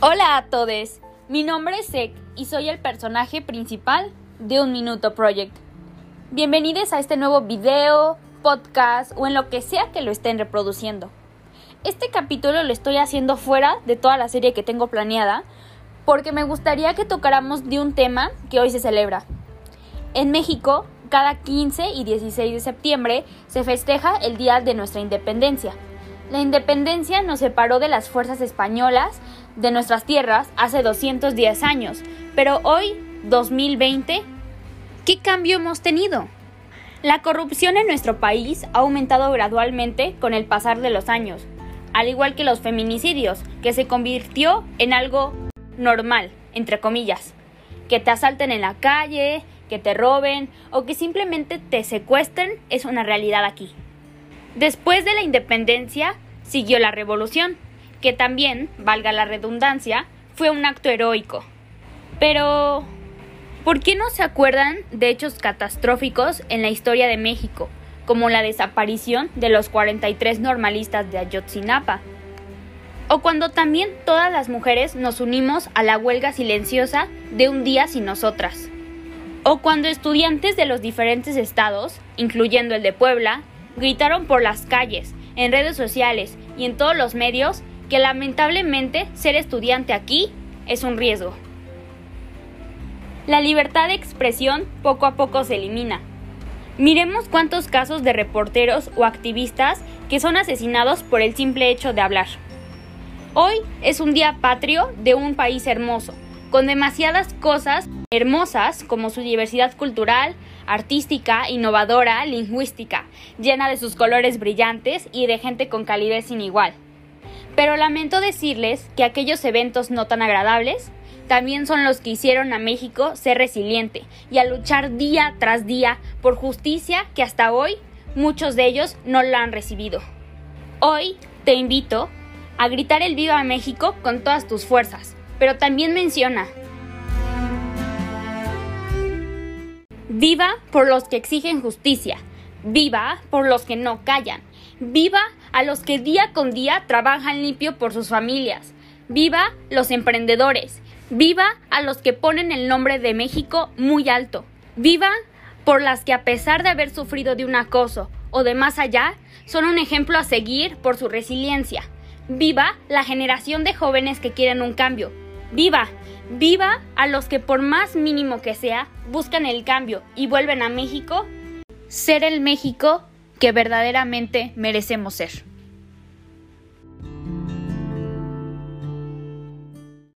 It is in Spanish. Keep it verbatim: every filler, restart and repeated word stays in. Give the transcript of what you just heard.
Hola a todos, mi nombre es Zek y soy el personaje principal de Un Minuto Project. Bienvenidos a este nuevo video, podcast o en lo que sea que lo estén reproduciendo. Este capítulo lo estoy haciendo fuera de toda la serie que tengo planeada porque me gustaría que tocáramos de un tema que hoy se celebra. En México, cada quince y dieciséis de septiembre se festeja el Día de nuestra Independencia. La independencia nos separó de las fuerzas españolas de nuestras tierras hace doscientos diez años, pero hoy, dos mil veinte, ¿qué cambio hemos tenido? La corrupción en nuestro país ha aumentado gradualmente con el pasar de los años, al igual que los feminicidios, que se convirtió en algo normal, entre comillas, que te asalten en la calle, que te roben o que simplemente te secuestren es una realidad aquí. Después de la independencia, siguió la revolución, que también, valga la redundancia, fue un acto heroico. Pero, ¿por qué no se acuerdan de hechos catastróficos en la historia de México, como la desaparición de los cuarenta y tres normalistas de Ayotzinapa? O cuando también todas las mujeres nos unimos a la huelga silenciosa de Un Día Sin Nosotras. O cuando estudiantes de los diferentes estados, incluyendo el de Puebla, gritaron por las calles, en redes sociales y en todos los medios que lamentablemente ser estudiante aquí es un riesgo. La libertad de expresión poco a poco se elimina. Miremos cuántos casos de reporteros o activistas que son asesinados por el simple hecho de hablar. Hoy es un día patrio de un país hermoso, con demasiadas cosas hermosas como su diversidad cultural, artística, innovadora, lingüística, llena de sus colores brillantes y de gente con calidez sin igual. Pero lamento decirles que aquellos eventos no tan agradables también son los que hicieron a México ser resiliente y a luchar día tras día por justicia que hasta hoy muchos de ellos no la han recibido. Hoy te invito a gritar el Viva México con todas tus fuerzas, pero también menciona: viva por los que exigen justicia, viva por los que no callan, viva a los que día con día trabajan limpio por sus familias, viva los emprendedores, viva a los que ponen el nombre de México muy alto, viva por las que a pesar de haber sufrido de un acoso o de más allá, son un ejemplo a seguir por su resiliencia, viva la generación de jóvenes que quieren un cambio, viva, viva a los que por más mínimo que sea, buscan el cambio y vuelven a México ser el México que verdaderamente merecemos ser.